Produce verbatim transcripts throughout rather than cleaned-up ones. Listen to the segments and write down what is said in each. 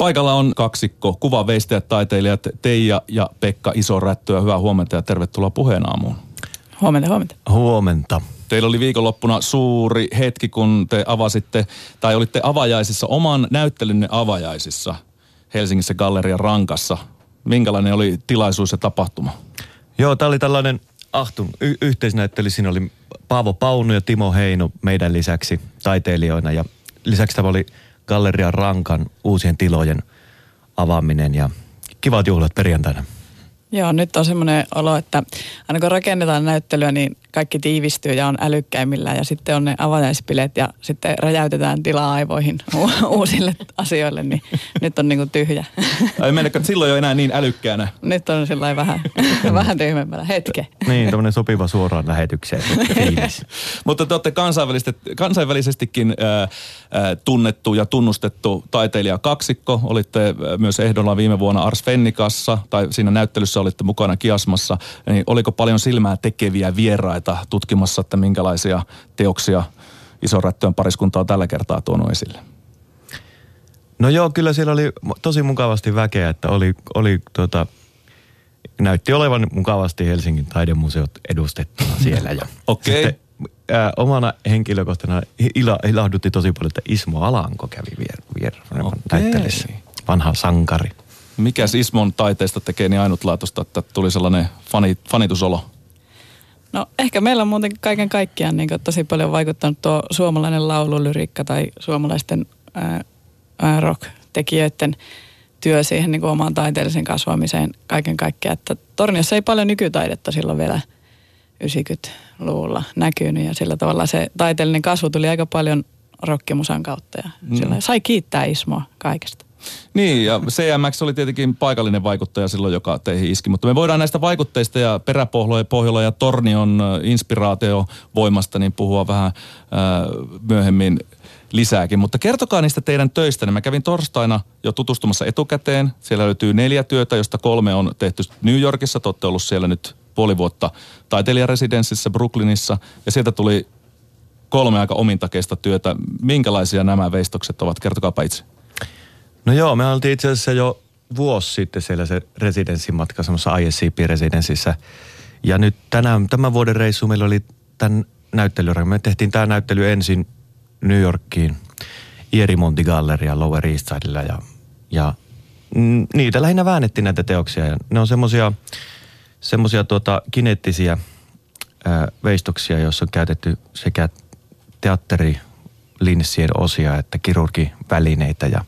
Paikalla on kaksikko, kuvanveistäjät, taiteilijat Teija ja Pekka Isorättyä. Hyvää huomenta ja tervetuloa Puheen aamuun. Huomenta, huomenta. Huomenta. Teillä oli viikonloppuna suuri hetki, kun te avasitte, tai olitte avajaisissa, oman näyttelynne avajaisissa Helsingissä Gallerian Rankassa. Minkälainen oli tilaisuus ja tapahtuma? Joo, tämä oli tällainen Ahtun y- yhteisnäyttely. Siinä oli Paavo Paunu ja Timo Heino meidän lisäksi taiteilijoina. Ja lisäksi tämä oli Gallerian Rankan uusien tilojen avaaminen ja kivat juhlat perjantaina. Joo, nyt on semmoinen olo, että aina kun rakennetaan näyttelyä, niin kaikki tiivistyy ja on älykkäimmillään. Ja sitten on ne avajaispileet ja sitten räjäytetään tilaa aivoihin u- uusille asioille, niin nyt on niinku tyhjä. Ei mennäkö, että silloin ei ole enää niin älykkäänä. Nyt on sillä vähän, vähän tyhmemmällä hetke. Niin, tämmöinen sopiva suoraan lähetykseen fiilis. Mutta te olette kansainvälisestikin ää, ää, tunnettu ja tunnustettu taiteilija kaksikko. Olitte myös ehdolla viime vuonna Ars Fennicassa, tai siinä näyttelyssä olitte mukana Kiasmassa. Niin oliko paljon silmää tekeviä vieraita tutkimassa, että minkälaisia teoksia Isorättyn pariskunta on tällä kertaa tuonut esille? No joo, kyllä siellä oli tosi mukavasti väkeä, että oli, oli tuota, näytti olevan mukavasti Helsingin taidemuseot edustettuna siellä. Ja okei. Okay. Ää, omana henkilökohtana ila, ilahdutti tosi paljon, että Ismo Alanko kävi vieraana okay. näyttelyssä. Vanha sankari. Mikäs Ismon taiteesta tekee niin ainutlaatuista, että tuli sellainen fani, fanitusolo? No ehkä meillä on muuten kaiken kaikkiaan niin tosi paljon vaikuttanut tuo suomalainen laululyriikka tai suomalaisten ää, ää, rock-tekijöiden työ siihen niin kuin omaan taiteellisen kasvamiseen kaiken kaikkiaan. Että Torniossa ei paljon nykytaidetta silloin vielä yhdeksänkymmentäluvulla näkynyt ja sillä tavalla se taiteellinen kasvu tuli aika paljon rockimusan kautta ja mm. sillä sai kiittää Ismoa kaikesta. Niin, ja C M X oli tietenkin paikallinen vaikuttaja silloin, joka teihin iski, mutta me voidaan näistä vaikutteista ja peräpohjola Pohjola ja Tornion inspiraatiovoimasta niin puhua vähän ää, myöhemmin lisääkin. Mutta kertokaa niistä teidän töistä. Mä kävin torstaina jo tutustumassa etukäteen. Siellä löytyy neljä työtä, josta kolme on tehty New Yorkissa. Te olette ollut siellä nyt puoli vuotta taiteilijaresidenssissä Brooklynissa, ja sieltä tuli kolme aika omintakeista työtä. Minkälaisia nämä veistokset ovat? Kertokaapa itse. No joo, me oltiin itse asiassa jo vuosi sitten siellä se residenssimatka semmoisessa I S C P-residenssissä. Ja nyt tänään, tämän vuoden reissu meillä oli tämän näyttelyn. Me tehtiin tämä näyttely ensin New Yorkiin, Ierimonti Galleria Lower East Sidella ja, ja niitä lähinnä väännettiin näitä teoksia. Ja ne on semmoisia semmoisia tuota kineettisiä ää, veistoksia, joissa on käytetty sekä teatterilinssien osia että kirurgivälineitä ja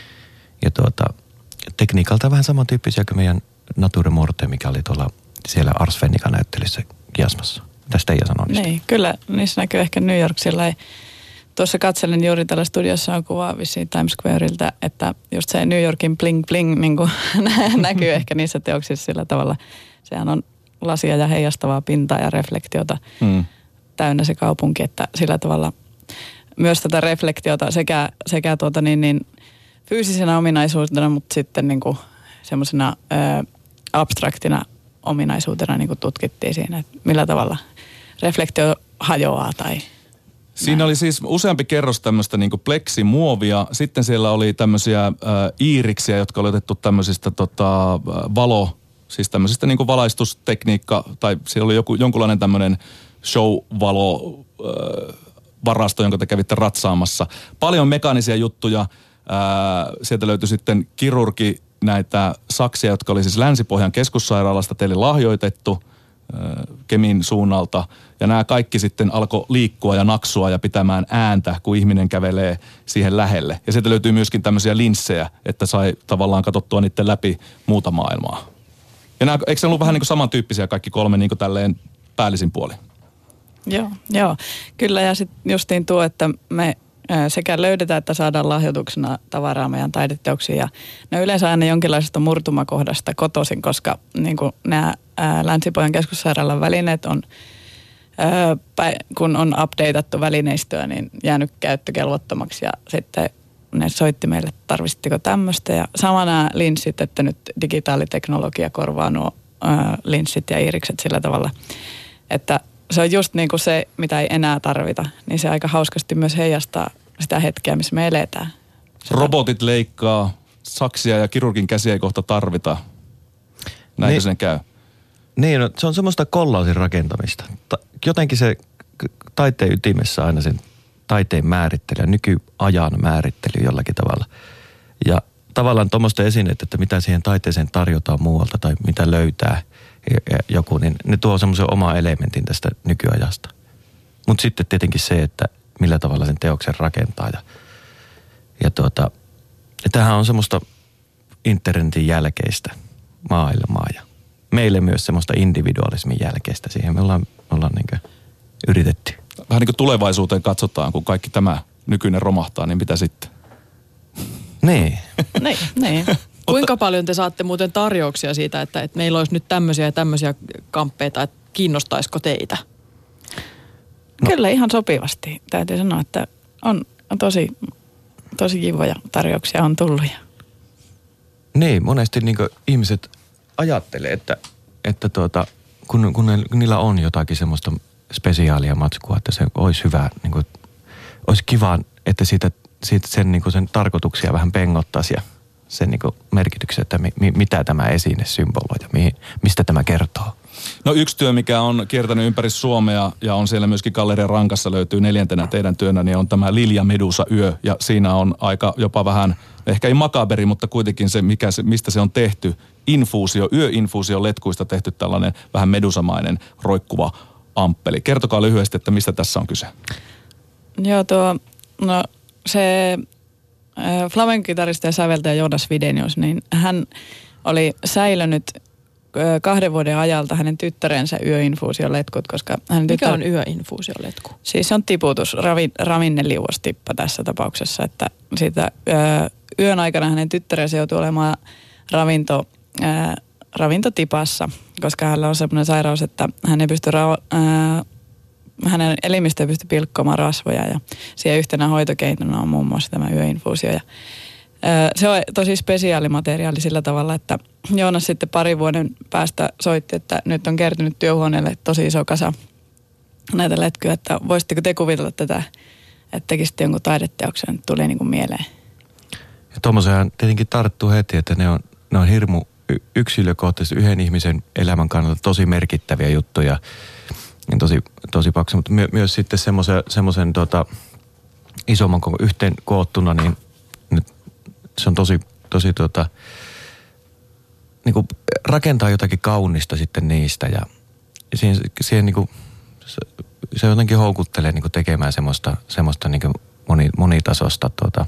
Ja tuota, tekniikalta vähän samantyyppisiä kuin meidän Nature Morte, mikä oli tuolla siellä Ars Fennican näyttelyssä Kiasmassa. Tästä Teija sanoi niistä. Niin, kyllä niissä näkyy ehkä New York sillä ei. Tuossa katselen juuri tällä studiossa on kuva vissiin Times Squareilta, että just se New Yorkin bling bling niin kuin näkyy ehkä niissä teoksissa sillä tavalla. Sehän on lasia ja heijastavaa pintaa ja reflektiota hmm. täynnä se kaupunki, että sillä tavalla myös tätä reflektiota sekä, sekä tuota niin, niin fyysisenä ominaisuutena, mutta sitten niin kuin semmoisena ö, abstraktina ominaisuutena niin kuin tutkittiin siinä, että millä tavalla reflektio hajoaa tai Siinä näin. oli siis useampi kerros tämmöistä niin kuin pleksimuovia. Sitten siellä oli tämmöisiä äh, iiriksiä, jotka oli otettu tämmöisistä tota, valo, siis tämmöisistä niin kuin valaistustekniikka, tai siellä oli joku, jonkunlainen tämmöinen show-valo äh, varasto, jonka te kävitte ratsaamassa. Paljon mekaanisia juttuja. Ää, sieltä löytyi sitten kirurgi näitä saksia, jotka oli siis Länsi-Pohjan keskussairaalasta teille lahjoitettu ää, Kemin suunnalta. Ja nämä kaikki sitten alkoi liikkua ja naksua ja pitämään ääntä, kun ihminen kävelee siihen lähelle. Ja sieltä löytyy myöskin tämmöisiä linssejä, että sai tavallaan katsottua niiden läpi muuta maailmaa. Ja nämä, eikö se ollut vähän niin kuin samantyyppisiä kaikki kolme niin kuin tälleen päällisin puolin? Joo, joo. Kyllä ja sitten justiin tuo, että me sekä löydetään, että saadaan lahjoituksena tavaraa meidän taideteoksiin. Ja ne yleensä aina jonkinlaisesta murtumakohdasta kotoisin, koska niin kuin nämä ää, Länsi-Pohjan keskussairaalan välineet on, ää, päin, kun on updateattu välineistöä, niin jäänyt käyttökelvottomaksi. Ja sitten ne soitti meille, että tarvitsitko tämmöistä. Ja sama nämä linssit, että nyt digitaaliteknologia korvaa nuo ää, linssit ja iirikset sillä tavalla, että se on just niin kuin se, mitä ei enää tarvita, niin se aika hauskasti myös heijastaa sitä hetkeä, missä me eletään. Sitä... Robotit leikkaa, saksia ja kirurgin käsiä ei kohta tarvita. Näinkö niin, sen käy? Niin, no, se on semmoista kollaasin rakentamista. Ta- jotenkin se taiteen ytimessä aina sen taiteen määrittely ja nykyajan määrittely jollakin tavalla. Ja tavallaan tuommoista esineet, että mitä siihen taiteeseen tarjotaan muualta tai mitä löytää joku, niin ne tuo semmoisen oma elementin tästä nykyajasta. Mutta sitten tietenkin se, että millä tavalla sen teoksen rakentaa. Ja, ja tuota, ja tämähän on semmoista internetin jälkeistä maailmaa ja meille myös semmoista individualismin jälkeistä. Siihen me ollaan, me ollaan niin kuin yritetty. Vähän niin kuin tulevaisuuteen katsotaan, kun kaikki tämä nykyinen romahtaa, niin mitä sitten? Niin. niin, niin. Kuinka paljon te saatte muuten tarjouksia siitä, että, että meillä olisi nyt tämmöisiä ja tämmöisiä kamppeita, että kiinnostaisiko teitä? No. Kyllä ihan sopivasti. Täytyy sanoa, että on, on tosi, tosi kivoja tarjouksia on tullut. Niin, monesti niin kuin ihmiset ajattelee, että, että tuota, kun, kun, ne, kun niillä on jotakin semmoista spesiaalia matskua, että se olisi hyvä, niin kuin, olisi kiva, että siitä, siitä sen, niin kuin sen tarkoituksia vähän pengottaisi ja sen niin kuin merkityksen, että mi, mi, mitä tämä esine symboloi ja mihin, mistä tämä kertoo. No yksi työ, mikä on kiertänyt ympäri Suomea ja on siellä myöskin Gallerian Rankassa löytyy neljäntenä teidän työnä, niin on tämä Lilja Medusa yö ja siinä on aika jopa vähän, ehkä ei makaberi, mutta kuitenkin se, mikä se mistä se on tehty, infuusio, yöinfuusio letkuista tehty tällainen vähän medusamainen roikkuva amppeli. Kertokaa lyhyesti, että mistä tässä on kyse. Joo, tuo, no se äh, flamenco-kitaristi ja säveltäjä Jonas Videnius, niin hän oli säilönyt äh, kahden vuoden ajalta hänen tyttärensä yöinfuusioletkut, koska hänen Mikä tyttär... on yöinfuusioletku? Siis se on tiputus, ravi, ravinneliuostippa tässä tapauksessa, että siitä äh, yön aikana hänen tyttärensä joutuu olemaan ravinto, äh, ravintotipassa, koska hänellä on sellainen sairaus, että hän ei pysty ra- äh, hänen elimistö ei pysty pilkkomaan rasvoja ja siihen yhtenä hoitokeinona on muun muassa tämä yöinfuusio. Ja, ää, se on tosi spesiaalimateriaali sillä tavalla, että Joonas sitten pari vuoden päästä soitti, että nyt on kertynyt työhuoneelle tosi iso kasa näitä letkyjä, että voisitteko te kuvitella tätä, että tekisitte jonkun taideteoksen, tuli niin kuin mieleen. Ja tuommoisenhan tietenkin tarttuu heti, että ne on, ne on hirmu yksilökohtaisesti yhden ihmisen elämän kannalta tosi merkittäviä juttuja. Tosi, tosi paksu, mutta my, myös sitten semmoisen, semmoisen tota, isomman koko yhteen koottuna, niin nyt se on tosi, tosi tota, niin kuin rakentaa jotakin kaunista sitten niistä ja siihen, siihen niin kuin, se, se jotenkin houkuttelee niin kuin tekemään semmoista, semmoista niin kuin moni, monitasosta tota,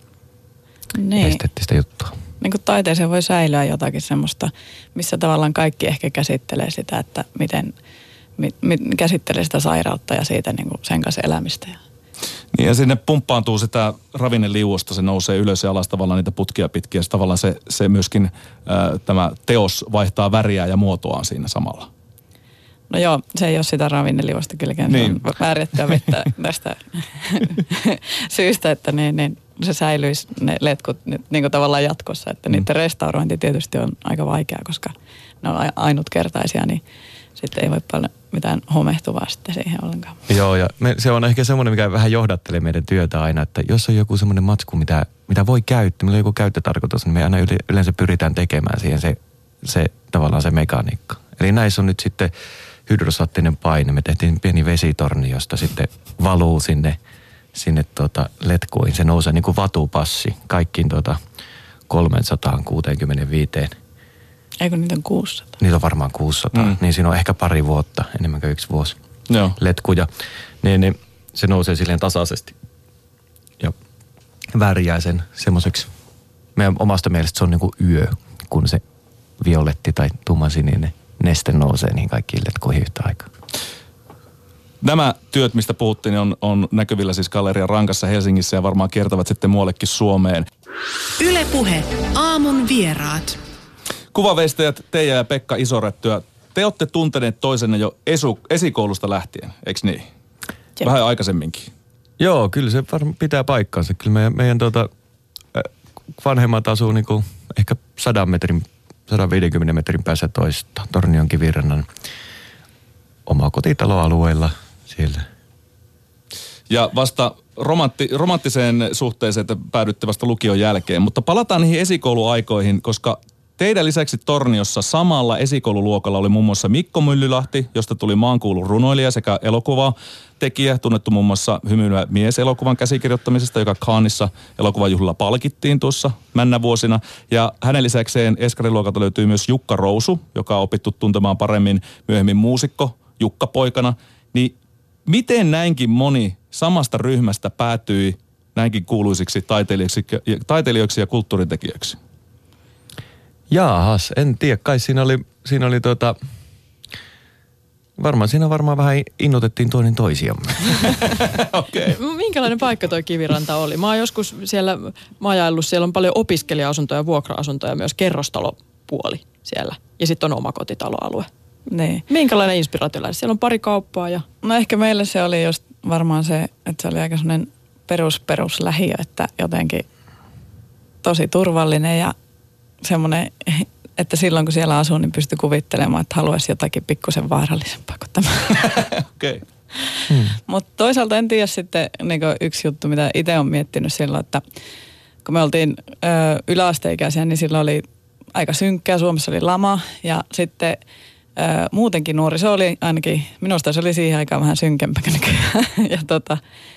niin. esteettistä juttua. Niin kuin taiteeseen voi säilyä jotakin semmoista, missä tavallaan kaikki ehkä käsittelee sitä, että miten mit, mit, käsittelee sitä sairautta ja siitä niin kuin sen kanssa elämistä. Niin ja sinne pumppaantuu sitä ravinneliuosta, se nousee ylös ja alas tavallaan niitä putkia pitkin ja tavallaan se, se myöskin ää, tämä teos vaihtaa väriä ja muotoaan siinä samalla. No joo, se ei ole sitä ravinneliuosta kylläkään, niin. Se on vääriettyä vettä tästä syystä, että niin, niin se säilyisi ne letkut niin kuin tavallaan jatkossa, että mm. niiden restaurointi tietysti on aika vaikeaa, koska ne on ainutkertaisia, niin sitten ei voi paljon mitään homehtuvaa sitten siihen ollenkaan. Joo, ja me, se on ehkä semmoinen, mikä vähän johdattelee meidän työtä aina, että jos on joku semmoinen matsku, mitä, mitä voi käyttää, millä on joku käyttötarkoitus, niin me aina yleensä pyritään tekemään siihen se, se tavallaan se mekaniikka. Eli näissä on nyt sitten hydrostaattinen paine. Me tehtiin pieni vesitorni, josta sitten valuu sinne, sinne tuota letkuihin. Se nousee niin kuin vatupassi kaikkiin tuota kolmesataakuusikymmentäviisi. Eikö niitä on kuusisataa? Niitä on varmaan kuusisataa. Mm. Niin siinä on ehkä pari vuotta, enemmän kuin yksi vuosi. Joo. Letkuja. Niin, niin se nousee silleen tasaisesti. Ja värjää sen semmoiseksi. Meidän omasta mielestä se on niin kuin yö, kun se violetti tai tummansininen neste nousee niin kaikkiin letkuihin yhtä aikaa. Nämä työt, mistä puhuttiin, on, on näkyvillä siis Gallerian Rankassa Helsingissä ja varmaan kiertävät sitten muuallekin Suomeen. Yle Puhe, aamun vieraat. Kuvaveistäjät Teija ja Pekka Isorättyä, te olette tunteneet toisenne jo esu, esikoulusta lähtien, eikö niin? Jep. Vähän aikaisemminkin. Joo, kyllä se varmaan pitää paikkaansa. Kyllä meidän, meidän tuota, vanhemmat asuu niinku ehkä sadan metrin, sata viisikymmentä metrin päässä toista Tornion Kivirannan oma kotitaloalueella siellä. Ja vasta romantti, romanttiseen suhteeseen, että päädytte vasta lukion jälkeen. Mutta palataan niihin esikouluaikoihin, koska teidän lisäksi Torniossa samalla esikoululuokalla oli muun muassa Mikko Myllylahti, josta tuli maankuulu runoilija sekä elokuvatekijä, tunnettu muun muassa Hymyilevä mies elokuvan käsikirjoittamisesta, joka Cannesissa elokuvajuhlilla palkittiin tuossa männävuosina. Ja hänen lisäkseen eskariluokalta löytyy myös Jukka Rousu, joka on opittu tuntemaan paremmin myöhemmin muusikko Jukka-poikana. Niin miten näinkin moni samasta ryhmästä päätyi näinkin kuuluisiksi taiteilijoiksi, taiteilijoiksi ja kulttuuritekijöiksi? Jaahas, en tiedä. Kai siinä oli, siinä oli tota, varmaan siinä varmaan vähän innotettiin toinen toisiamme. Okei. Okay. Minkälainen paikka toi Kiviranta oli? Mä oon joskus siellä majaillut, siellä on paljon opiskelija-asuntoja ja vuokra-asuntoja, myös kerrostalopuoli siellä. Ja sitten on omakotitaloalue. Niin. Minkälainen inspiraatio lähti? Siellä on pari kauppaa ja... No ehkä meille se oli just varmaan se, että se oli aika semmoinen perus, perus lähiö, että jotenkin tosi turvallinen ja semmoinen, että silloin kun siellä asuu, niin pystyy kuvittelemaan, että haluaisi jotakin pikkusen vaarallisempaa kuin tämä. Okei. Okay. Hmm. Mutta toisaalta en tiedä sitten niin yksi juttu, mitä itse olen miettinyt silloin, että kun me oltiin ö, yläasteikäisiä, niin silloin oli aika synkkää. Suomessa oli lama ja sitten ö, muutenkin nuoriso oli ainakin, minusta se oli siihen aikaan vähän synkempää nykyään. ja tota,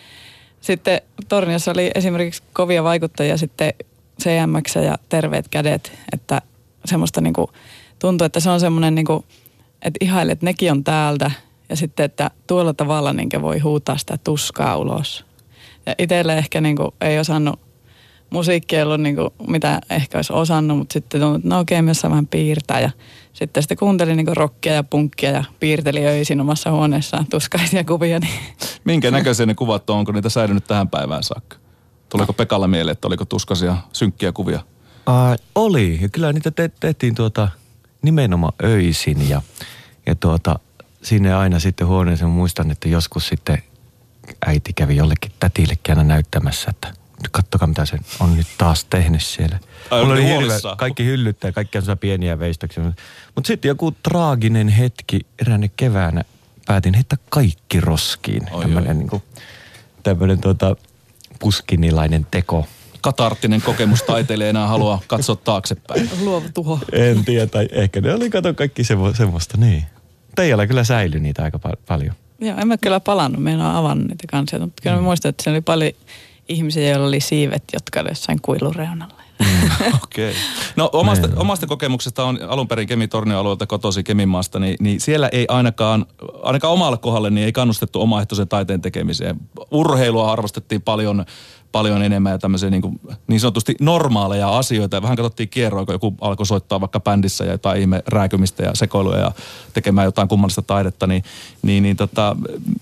sitten Torniossa oli esimerkiksi kovia vaikuttajia sitten C M X ja Terveet kädet, että semmoista niinku tuntuu, että se on semmoinen niinku, että ihailet, että nekin on täältä ja sitten, että tuolla tavalla niinku voi huutaa sitä tuskaa ulos. Ja itselle ehkä niinku ei osannut, musiikki ei ollut niinku, mitä ehkä olisi osannut, mutta sitten tuntuu, että no okei, myös saa vähän piirtää ja sitten sitten kuuntelin niinku rockia ja punkkia ja piirteli öisin omassa huoneessaan tuskaisia kuvia. Niin. Minkä näköisiä ne kuvat on, onko niitä säilynyt tähän päivään saakka? Tuliko Pekalla mieleen, että oliko tuskaisia, synkkiä kuvia? Uh, oli. Ja kyllä niitä te- tehtiin tuota nimenomaan öisin. Ja, ja tuota, sinne aina sitten huoneeseen muistan, että joskus sitten äiti kävi jollekin tätillekin aina näyttämässä, että kattokaa mitä se on nyt taas tehnyt siellä. Ai, mulla oli hirveä, kaikki hyllyttää, kaikki on pieniä veistöksiä. Mutta sitten joku traaginen hetki eräänä keväänä päätin heittää kaikki roskiin. Tämmöinen niin kuin, tämmöinen tuota... puskinilainen teko. Katarttinen kokemus taiteilija enää halua katsoa taaksepäin. Luova tuho. En tiedä, tai ehkä ne oli, kato kaikki semmo, semmoista, niin. Teijällä kyllä säilyi niitä aika pa- paljon. Joo, en mä kyllä palannut, me en ole avannut niitä kansia, mutta kyllä mä muistan, että siellä oli paljon ihmisiä, joilla oli siivet, jotka oli jossain kuilureunalla. Mm. Okei. Okay. No omasta, omasta kokemuksesta on alun perin Kemi-Tornion alueelta kotoisin Keminmaasta, niin, niin siellä ei ainakaan, ainakaan omalle kohdalle, niin ei kannustettu omaehtoisen taiteen tekemiseen. Urheilua arvostettiin paljon, paljon enemmän ja tämmöisiä niin, kuin, niin sanotusti normaaleja asioita. Ja vähän katsottiin kierroa, kun joku alkoi soittaa vaikka bändissä ja jotain ihme rääkymistä ja sekoiluja ja tekemään jotain kummallista taidetta. Niin, niin, niin tota,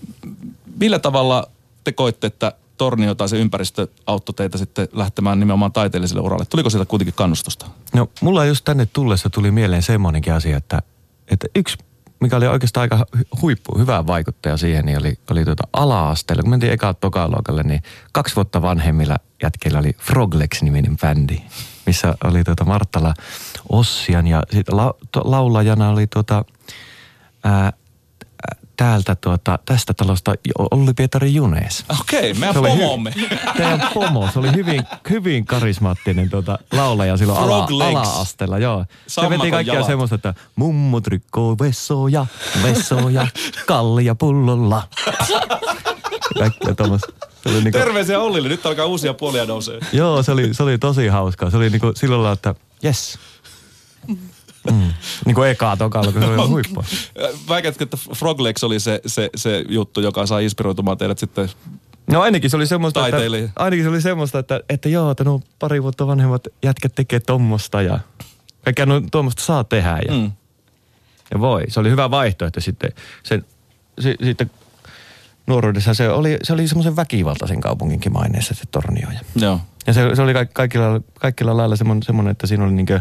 millä tavalla te koitte, että Tornio tai se ympäristö auttoi teitä sitten lähtemään nimenomaan taiteelliselle uralle? Tuliko sieltä kuitenkin kannustusta? No mulla just tänne tullessa tuli mieleen semmoinenkin asia, että, että yksi, mikä oli oikeastaan aika huippu, hyvä vaikuttaja siihen, niin oli, oli tuota ala-asteella. Kun mentiin eka tokaluokalle, niin kaksi vuotta vanhemmilla jätkillä oli Froglex-niminen bändi, missä oli tuota Marttala Ossian ja sitten la, to, laulajana oli tuota... Ää, täältä tuota, tästä talosta Olli Pietari Junes. Okei, okay, meidän pomomme. Hy- teidän pomo, se oli hyvin, hyvin karismaattinen tuota, laulaja silloin ala, ala-asteella. Joo. Se veti kaikkea jalat. Semmoista, että mummo trikkoo vessoja, vessoja, kallia pullolla. Kaikkea tuommoista. Niinku... Terveisiä Ollille, nyt alkaa uusia puolia nousee. Joo, se oli, se oli tosi hauskaa. Se oli niinku silloin lailla, että jes. Mm. Niin kuin ekaa tokalla, kun se oli huippua. Väikätkö, että Froglegs oli se, se, se juttu, joka saa inspiroitumaan teidät sitten No ainakin se oli semmoista, että, ainakin se oli semmoista, että, että joo, että no pari vuotta vanhemmat jätkät tekee tommosta ja kaikkea no tuommoista saa tehdä ja, mm. ja voi. Se oli hyvä vaihtoehto sitten. Sen, se, sitten nuoruudessa se oli, se oli semmoisen väkivaltaisen kaupunginkin maineessa se Tornio. Ja, joo. ja se, se oli kaikilla, kaikilla lailla semmoinen, semmoinen, että siinä oli niinkö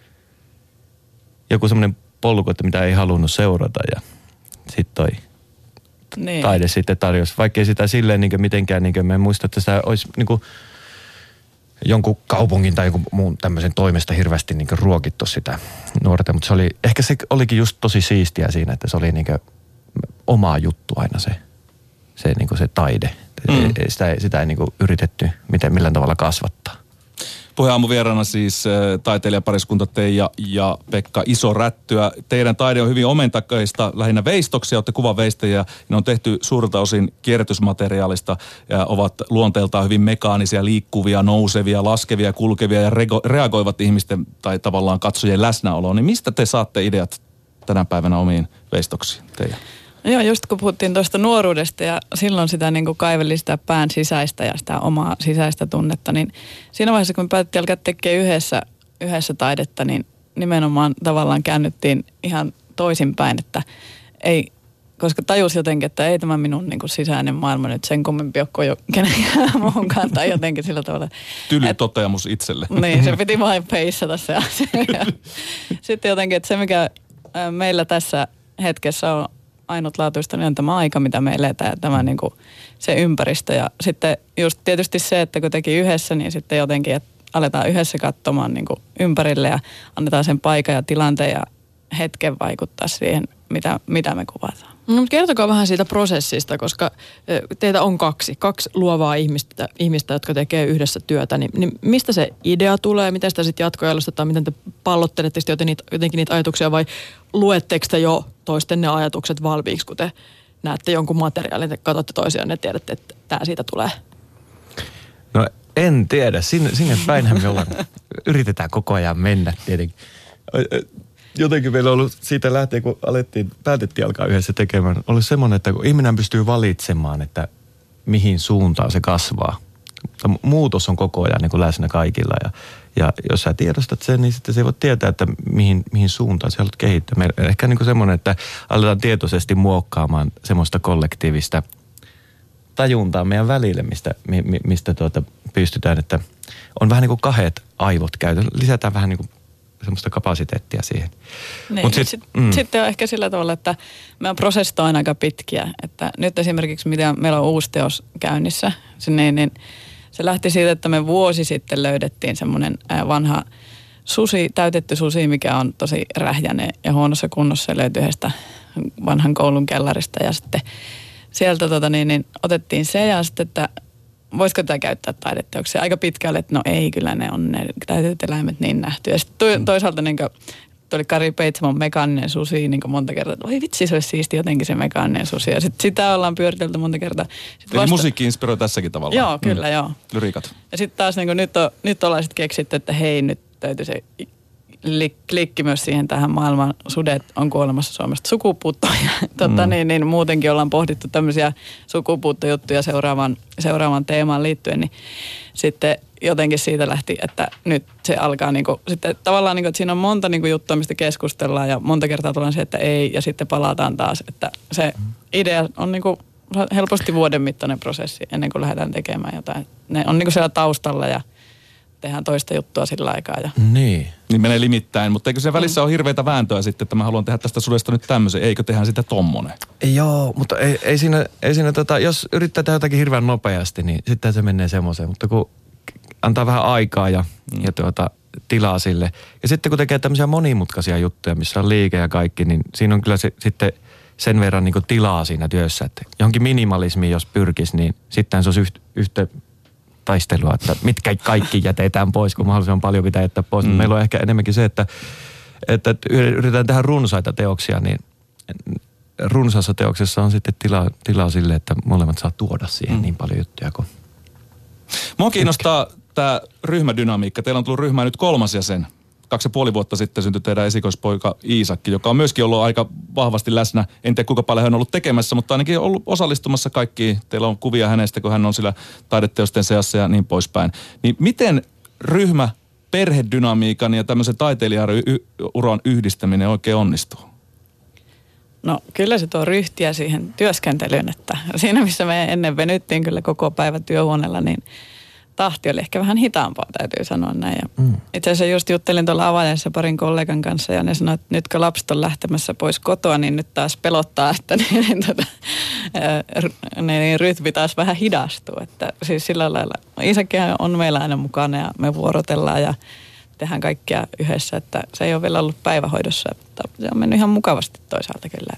joku semmoinen polku, että mitä ei halunnut seurata ja sitten toi niin. taide sitten tarjosi. Vaikkei sitä silleen niin mitenkään, niin mä en muista, että sitä olisi niin kuin jonkun kaupungin tai jonkun muun tämmöisen toimesta hirveästi niin ruokittu sitä nuorta. Mutta se oli, ehkä se olikin just tosi siistiä siinä, että se oli niin oma juttu aina se, se, niin se taide. Mm. Sitä, ei, sitä ei niin kuin yritetty miten, millään tavalla kasvattaa. Puheenaamun vieraana siis taiteilijapariskunta Teija ja Pekka Isorättyä. Teidän taide on hyvin omentakaista, lähinnä veistoksia, olette kuvaveistäjiä. Ne on tehty suurelta osin kierrätysmateriaalista ja ovat luonteeltaan hyvin mekaanisia, liikkuvia, nousevia, laskevia, kulkevia ja rego, reagoivat ihmisten tai tavallaan katsojien läsnäoloon. Niin mistä te saatte ideat tänä päivänä omiin veistoksiin, Teija? Joo, just kun puhuttiin tuosta nuoruudesta ja silloin sitä niin kuin kaiveli sitä pään sisäistä ja sitä omaa sisäistä tunnetta, niin siinä vaiheessa, kun me päätettiin alkaa tekemään yhdessä, yhdessä taidetta, niin nimenomaan tavallaan käännyttiin ihan toisinpäin, että ei, koska tajus jotenkin, että ei tämä minun niin kuin sisäinen maailma nyt sen kummempi ole kuin jo kenenkään muunkaan tai jotenkin sillä tavalla. Tyly toteamus itselle. Niin, se piti vain peissata se asia. Sitten jotenkin, että se mikä meillä tässä hetkessä on ainutlaatuista, niin on tämä aika, mitä me eletään ja tämä niin kuin se ympäristö. Ja sitten just tietysti se, että kun teki yhdessä, niin sitten jotenkin, että aletaan yhdessä katsomaan niin kuin ympärille ja annetaan sen paikan ja tilanteen ja hetken vaikuttaa siihen, mitä, mitä me kuvataan. No, mutta kertokaa vähän siitä prosessista, koska teitä on kaksi, kaksi luovaa ihmistä, ihmistä jotka tekee yhdessä työtä. Niin, niin mistä se idea tulee, miten sitä sitten jatkojalostetaan, miten te pallottelette sitten jotenkin, jotenkin niitä ajatuksia vai luetteko te jo toisten ne ajatukset valmiiksi, kun te näette jonkun materiaalin, te katsotte toisiaan ja tiedätte, että tämä siitä tulee? No en tiedä, sinne, sinne päinhän me ollaan, yritetään koko ajan mennä tietenkin. Jotenkin meillä on ollut siitä lähtien, kun alettiin, päätettiin alkaa yhdessä tekemään, oli semmoinen, että kun ihminen pystyy valitsemaan, että mihin suuntaan se kasvaa. Muutos on koko ajan niin kuin läsnä kaikilla ja, ja jos sä tiedostat sen, niin sitten se ei voi tietää, että mihin, mihin suuntaan sä haluat kehittää. Meillä ehkä niin kuin semmoinen, että aletaan tietoisesti muokkaamaan semmoista kollektiivista tajuntaa meidän välille, mistä, mi, mistä tuota pystytään, että on vähän niin kuin kahdet aivot käytössä. Lisätään vähän niin kuin semmoista kapasiteettia siihen. Niin, Mut sit, sit, mm. sitten on ehkä sillä tavalla, että meidän prosessit on aika pitkiä. Että nyt esimerkiksi, mitä meillä on uusi teos käynnissä, niin, niin se lähti siitä, että me vuosi sitten löydettiin semmoinen vanha susi, täytetty susi, mikä on tosi rähjäinen ja huonossa kunnossa. Se löytyi yhdestä vanhan koulun kellarista ja sitten sieltä tota, niin, niin, otettiin se ja sitten, että voisiko tätä käyttää taideteoksia aika pitkälle, että no ei, kyllä ne on ne täytetyt eläimet niin nähty. Ja sitten toisaalta niin kuin, tuli Kari Peitsamon mekaaninen susi niin monta kertaa, että oi vitsi, se olisi siisti jotenkin se mekaaninen susi. Ja sitten sitä ollaan pyöritelty monta kertaa. Sit Eli vasta... musiikki inspiroi tässäkin tavalla. Joo, kyllä, mm. joo. Lyriikat. Ja sitten taas niin kuin, nyt, on, nyt ollaan sitten keksitty, että hei, nyt täytyy se klikki myös siihen tähän maailman sudet on kuolemassa Suomesta sukupuuttoon. Ja totta, mm. niin, niin muutenkin ollaan pohdittu tämmöisiä sukupuuttojuttuja seuraavan, seuraavan teemaan liittyen, niin sitten jotenkin siitä lähti, että nyt se alkaa niinku, sitten tavallaan niinku, että siinä on monta niinku juttua, mistä keskustellaan ja monta kertaa tullaan se, että ei ja sitten palataan taas, että se idea on niinku helposti vuoden mittainen prosessi ennen kuin lähdetään tekemään jotain. Ne on niinku siellä taustalla ja tehdään toista juttua sillä aikaa. Ja... Niin. Niin menee limittäin, mutta eikö se välissä mm. ole hirveitä vääntöä sitten, että mä haluan tehdä tästä sudesta nyt tämmöisen, eikö tehdään sitä tommonen? Joo, mutta ei, ei siinä, ei siinä tota, jos yrittää tehdä jotakin hirveän nopeasti, niin sitten se menee semmoiseen, mutta kun antaa vähän aikaa ja, mm. ja tuota, tilaa sille. Ja sitten kun tekee tämmöisiä monimutkaisia juttuja, missä on liike ja kaikki, niin siinä on kyllä se, sitten sen verran niin kuin tilaa siinä työssä, että johonkin minimalismiin jos pyrkisi, niin sitten se olisi yhtä, yhtä taistelua, että mitkä kaikki jätetään pois, kun mahdollisimman paljon pitää jättää pois. Mm. Meillä on ehkä enemmänkin se, että, että yritetään tehdä runsaita teoksia, niin runsaassa teoksessa on sitten tilaa, tilaa sille, että molemmat saa tuoda siihen mm. niin paljon juttuja kuin... Mua kiinnostaa tämä ryhmädynamiikka. Teillä on tullut ryhmää nyt kolmas jäsen. Kaksi ja puoli vuotta sitten syntyi teidän esikoispoika Iisakki, joka on myöskin ollut aika vahvasti läsnä. En tiedä kuinka paljon hän on ollut tekemässä, mutta ainakin ollut osallistumassa kaikkiin. Teillä on kuvia hänestä, kun hän on sillä taideteosten seassa ja niin poispäin. Niin miten ryhmä, perhedynamiikan ja tämmöisen taiteilijauran yhdistäminen oikein onnistuu? No kyllä se tuo ryhtiä siihen työskentelyyn, että siinä missä me ennen venyttiin kyllä koko päivä työhuoneella, niin tahti oli ehkä vähän hitaampaa, täytyy sanoa näin. Ja mm. itse asiassa just juttelin tuolla avajaisessa parin kollegan kanssa ja ne sanoi, että nyt kun lapset on lähtemässä pois kotoa, niin nyt taas pelottaa, että niin, niin, tota, niin rytmi taas vähän hidastuu. Että siis sillä lailla, Iisakkihan on meillä aina mukana ja me vuorotellaan ja tehdään kaikkia yhdessä, että se ei ole vielä ollut päivähoidossa, mutta se on mennyt ihan mukavasti toisaalta kyllä. Että.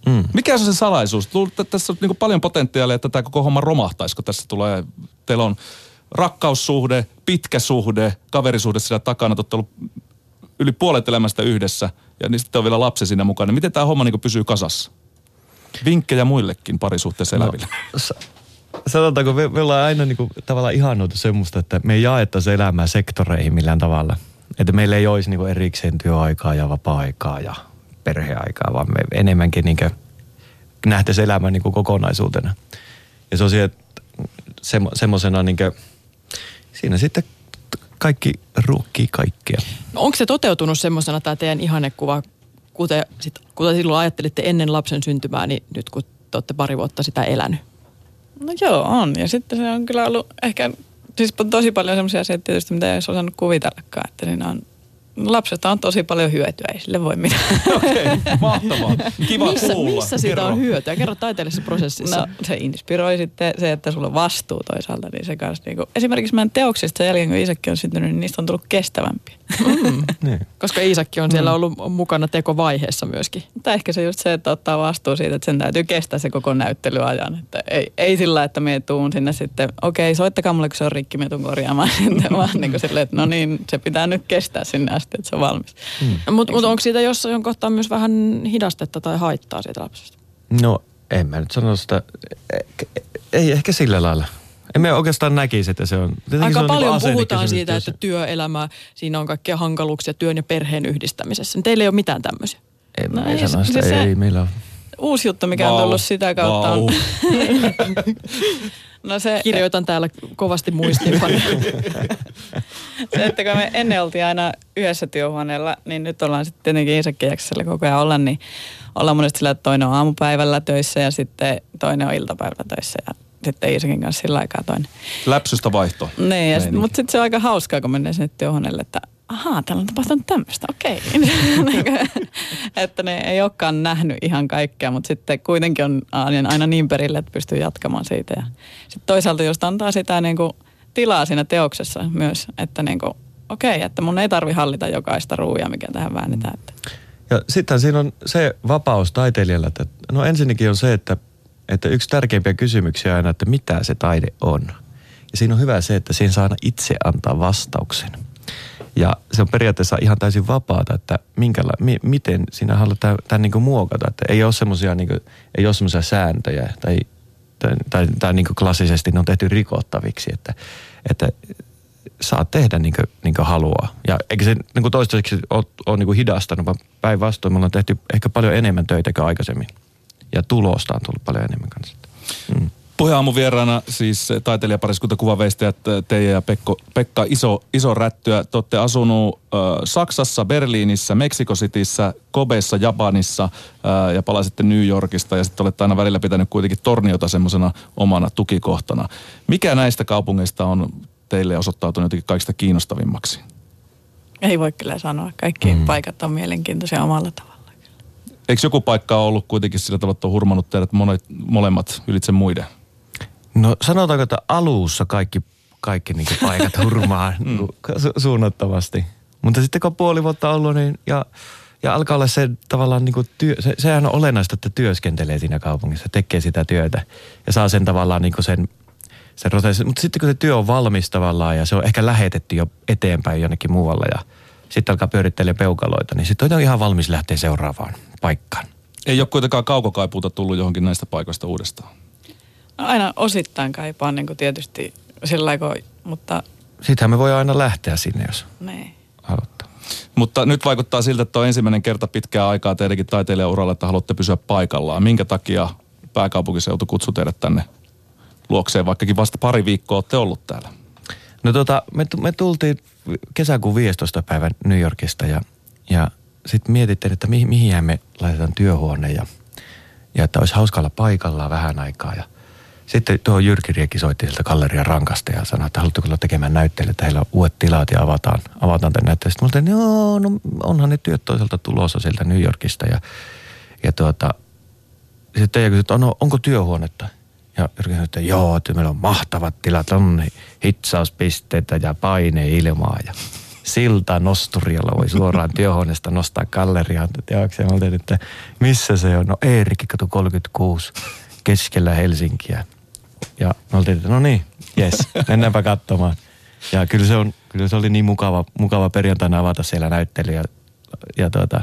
Hmm. Mikä on se salaisuus? Luulet, että tässä on niin paljon potentiaalia, että tämä koko homma romahtaisi, kun tässä tulee, teillä on rakkaussuhde, pitkä suhde, kaverisuhde siellä takana, te olette ollut yli puolet elämästä yhdessä ja niin sitten on vielä lapsi siinä mukana. Miten tämä homma niin pysyy kasassa? Vinkkejä muillekin parisuhteessa eläville. No, sanotaanko, me, me ollaan aina niin kuin, tavallaan ihannoitu semmoista, että me ei jaettaisi elämää sektoreihin millään tavalla. Että meillä ei olisi niin kuin erikseen työaikaa ja vapaa-aikaa ja perheaikaa, vaan me enemmänkin niin kuin nähtäisiin elämää niin kuin kokonaisuutena. Ja se on siellä semmo, semmoisena niin kuin, siinä sitten kaikki ruokkii kaikkea. No onko se toteutunut semmoisena tämä teidän ihannekuva, kuten, sit, kuten silloin ajattelitte ennen lapsen syntymää, niin nyt kun te olette pari vuotta sitä elänyt? No joo, on. Ja sitten se on kyllä ollut ehkä, siis tosi paljon semmoisia asioita tietysti, mitä ei olisi osannut kuvitellakaan, että siinä on, lapsesta on tosi paljon hyötyä, ei sille voi mitään. Okei, okay, mahtavaa. Kiva missä, kuulla. Missä siitä Kerro. on hyötyä? Kerro taiteellisessa prosessissa. No se inspiroi sitten se, että sulla on vastuu toisaalta, niin se kanssa niinku, esimerkiksi meidän teoksista sen jälkeen, kun Iisakki on syntynyt, niin niistä on tullut kestävämpiä. Mm. niin. Koska Iisakki on siellä ollut mukana tekovaiheessa myöskin. Tai ehkä se just se, että ottaa vastuu siitä, että sen täytyy kestää se koko näyttelyajan. Että ei, ei sillä, että me tuun sinne sitten, okei, soittakaa mulle, kun se on rikki, me tuun korjaamaan sitten, vaan niin kuin silleen, että no niin, se pitää nyt kestää sinne asti, että se on valmis. Mm. Mutta mut onko siitä jossain kohtaa myös vähän hidastetta tai haittaa siitä lapsesta? No, en mä nyt sano sitä, ei ehkä sillä lailla. Emme oikeastaan näkisi, että se on... Aika se on paljon niin puhutaan siitä, että työelämä, siinä on kaikkia hankaluuksia työn ja perheen yhdistämisessä. Teillä ei ole mitään tämmöisiä? Ei, no ei sano sitä, siis ei meillä ole. Uusi juttu, mikä wow. on tullut sitä kautta wow. on... no se, Kirjoitan täällä kovasti muistiinpanoja. Se, että kun me ennen oltiin aina yhdessä työhuoneella, niin nyt ollaan sitten tietenkin Iisakki jaksossa koko ajan olla, niin ollaan monesti sillä, että toinen on aamupäivällä töissä ja sitten toinen on iltapäivällä töissä ja sitten Iisakin kanssa sillä aikaa toinen. Läpsystä vaihto. Niin, sit, mutta sitten se on aika hauskaa, kun mennään sinne työhuoneelle, että ahaa, täällä on tapahtunut tämmöistä, okei. Että ne ei olekaan nähnyt ihan kaikkea, mutta sitten kuitenkin on aina niin perille, että pystyy jatkamaan siitä. Ja sitten toisaalta just antaa sitä niin kuin tilaa siinä teoksessa myös, että niin kuin, okei, että mun ei tarvi hallita jokaista ruuja, mikä tähän väännetään. Että. Ja sitten siinä on se vapaus taiteilijalla, että no ensinnäkin on se, että, että yksi tärkeimpiä kysymyksiä aina, että mitä se taide on. Ja siinä on hyvä se, että siinä saa aina itse antaa vastauksen. Ja se on periaatteessa ihan täysin vapaata, että minkäla, mi, miten sinä haluat tämän, tämän niin kuin muokata. Että ei ole semmoisia niin kuin, ei ole semmoisia sääntöjä tai, tai, tai, tai niin kuin klassisesti ne on tehty rikottaviksi, että, että saat tehdä niin kuin, niin kuin haluaa. Ja eikä se niin kuin toistaiseksi ole, ole niin kuin hidastanut, vaan päinvastoin me ollaan tehty ehkä paljon enemmän töitä kuin aikaisemmin. Ja tulosta on tullut paljon enemmän kanssa. Mm. Puheaamun vieraana siis taiteilijapariskunta kuvaveistäjät Teija ja Pekko, Pekka Iso, Iso Rättyä. Te olette asunut äh, Saksassa, Berliinissä, Meksiko Cityssä, Kobeissa, Japanissa äh, ja palasitte New Yorkista ja sitten olette aina välillä pitänyt kuitenkin Torniota semmoisena omana tukikohtana. Mikä näistä kaupungeista on teille osoittautunut jotenkin kaikista kiinnostavimmaksi? Ei voi kyllä sanoa. Kaikki mm. paikat on mielenkiintoisia omalla tavalla. Eikö joku paikka ole ollut kuitenkin sillä tavalla, että on hurmannut teidät monet, molemmat ylitse muiden? No sanotaanko, että alussa kaikki, kaikki niin paikat hurmaa mm. su- suunnattomasti. Mutta sitten kun puoli vuotta ollut, niin ja, ja alkaa olla se tavallaan niin kuin työ, se, sehän on olennaista, että työskentelee siinä kaupungissa, tekee sitä työtä ja saa sen tavallaan niin kuin sen, sen rotessin. Mutta sitten kun se työ on valmis tavallaan ja se on ehkä lähetetty jo eteenpäin jonnekin muualla ja sitten alkaa pyörittelemään peukaloita, niin sitten on ihan valmis lähteä seuraavaan paikkaan. Ei ole kuitenkaan kaukokaipuuta tullut johonkin näistä paikoista uudestaan. No aina osittain kaipaan niin kuin tietysti sillä lailla, mutta... Sittenhän me voi aina lähteä sinne, jos nee. haluttaa. Mutta nyt vaikuttaa siltä, että on ensimmäinen kerta pitkää aikaa teidänkin taiteilijauralla, että haluatte pysyä paikallaan. Minkä takia pääkaupunkiseutu kutsui teidät tänne luokseen, vaikkakin vasta pari viikkoa olette ollut täällä? No tota, me, me tultiin kesäkuun viidestoista päivän New Yorkista ja, ja sitten mietittiin, että mihin, mihin me laitetaan työhuone ja, ja että olisi hauska olla paikallaan vähän aikaa. Ja sitten tuo Jyrki Riekki soitti sieltä Gallerian Rankasta ja sanoi, että haluatteko olla tekemään näyttelyä, että heillä on uudet tilat ja avataan, avataan tämän näyttelyä. Sitten mä olin, että joo, no onhan ne työt toiselta tulossa sieltä New Yorkista ja, ja tuota, sitten Teija kysyi, että no, onko työhuonetta? Ja Jyrki sanoi, että joo, että meillä on mahtavat tilat, on hitsauspisteitä ja paineilmaa ja siltanosturi, jolla voi suoraan työhuoneesta nostaa galleriaan teokseen. Mä oltiin, että missä se on? No Eerikki katu kolmekymmentäkuusi keskellä Helsinkiä. Ja me oltiin, että no niin, jes, mennäänpä katsomaan. Ja kyllä se, on, kyllä se oli niin mukava, mukava perjantaina avata siellä näyttely ja, ja tuota,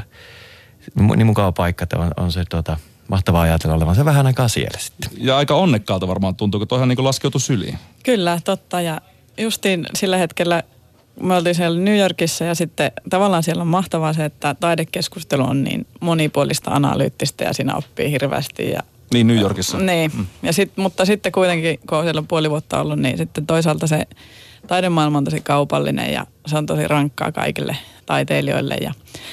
niin mukava paikka, että on, on se tuota, mahtavaa ajatella olevan se vähän aikaa siellä sitten. Ja aika onnekkaalta varmaan tuntuu, kun toihan niin kuin laskeutui syliin. Kyllä, totta. Ja justiin sillä hetkellä me oltiin siellä New Yorkissa ja sitten tavallaan siellä on mahtavaa se, että taidekeskustelu on niin monipuolista, analyyttistä ja siinä oppii hirveästi. Ja, niin New Yorkissa. Niin, mm. ja sit, mutta sitten kuitenkin, kun on siellä puoli vuotta ollut, niin sitten toisaalta se taidemaailma on tosi kaupallinen ja se on tosi rankkaa kaikille taiteilijoille. Ja,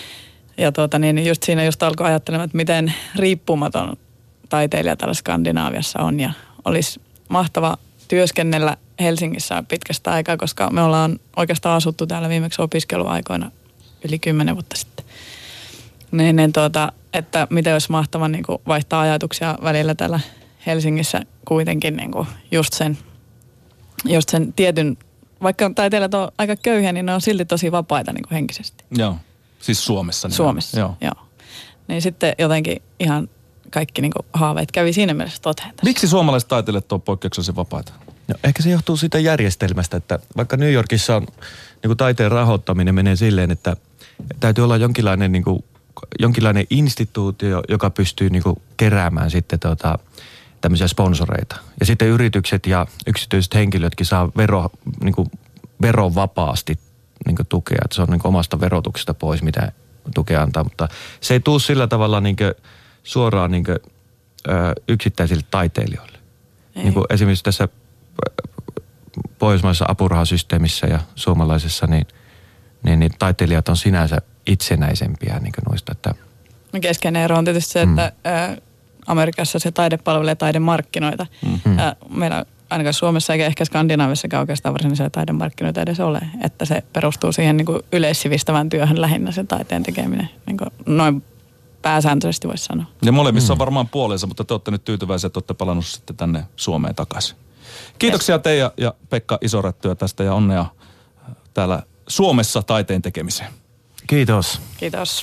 ja tuota, niin just siinä just alkoi ajattelemaan, että miten riippumaton taiteilija täällä Skandinaaviassa on ja olisi mahtava työskennellä Helsingissä pitkästä aikaa, koska me ollaan oikeastaan asuttu täällä viimeksi opiskeluaikoina yli kymmenen vuotta sitten. Niin, niin tuota, että miten olisi mahtava niin kuin vaihtaa ajatuksia välillä täällä Helsingissä kuitenkin niin kuin just sen, just sen tietyn, vaikka taiteilijat on aika köyhiä, niin ne on silti tosi vapaita niin kuin henkisesti. Joo, siis Suomessa. Niin Suomessa, joo. joo. Niin sitten jotenkin ihan kaikki niin kuin haaveet kävi siinä mielessä toteen tässä. Miksi suomalaiset taiteilijat on poikkeuksellisen vapaita? No, ehkä se johtuu siitä järjestelmästä, että vaikka New Yorkissa on niin kuin taiteen rahoittaminen menee silleen, että täytyy olla jonkinlainen, niin kuin, jonkinlainen instituutio, joka pystyy niin kuin keräämään sitten tota, tämmöisiä sponsoreita. Ja sitten yritykset ja yksityiset henkilötkin saa vero, niin kuin, verovapaasti niin kuin tukea. Että se on niin kuin omasta verotuksesta pois, mitä tukea antaa. Mutta se ei tule sillä tavalla niin kuin suoraan niin kuin, ö, yksittäisille taiteilijoille. Niin kuin esimerkiksi tässä pohjoismaisessa apurahasysteemissä ja suomalaisessa, niin, niin, niin taiteilijat on sinänsä itsenäisempiä niin kuin noista. Että keskeinen ero on tietysti se, mm. että ä, Amerikassa se taide palvelee taidemarkkinoita. Mm-hmm. Ä, meillä ainakaan Suomessa eikä ehkä Skandinaavissakaan oikeastaan varsinaisia taidemarkkinoita edes ole. Että se perustuu siihen niin kuin yleissivistävään työhön lähinnä se taiteen tekeminen. Niin kuin noin pääsääntöisesti voisi sanoa. Ja molemmissa mm. on varmaan puolensa, mutta te olette nyt tyytyväisiä, että olette palannut sitten tänne Suomeen takaisin. Kiitoksia teidän ja Pekka Isorättyä tästä ja onnea täällä Suomessa taiteen tekemiseen. Kiitos. Kiitos.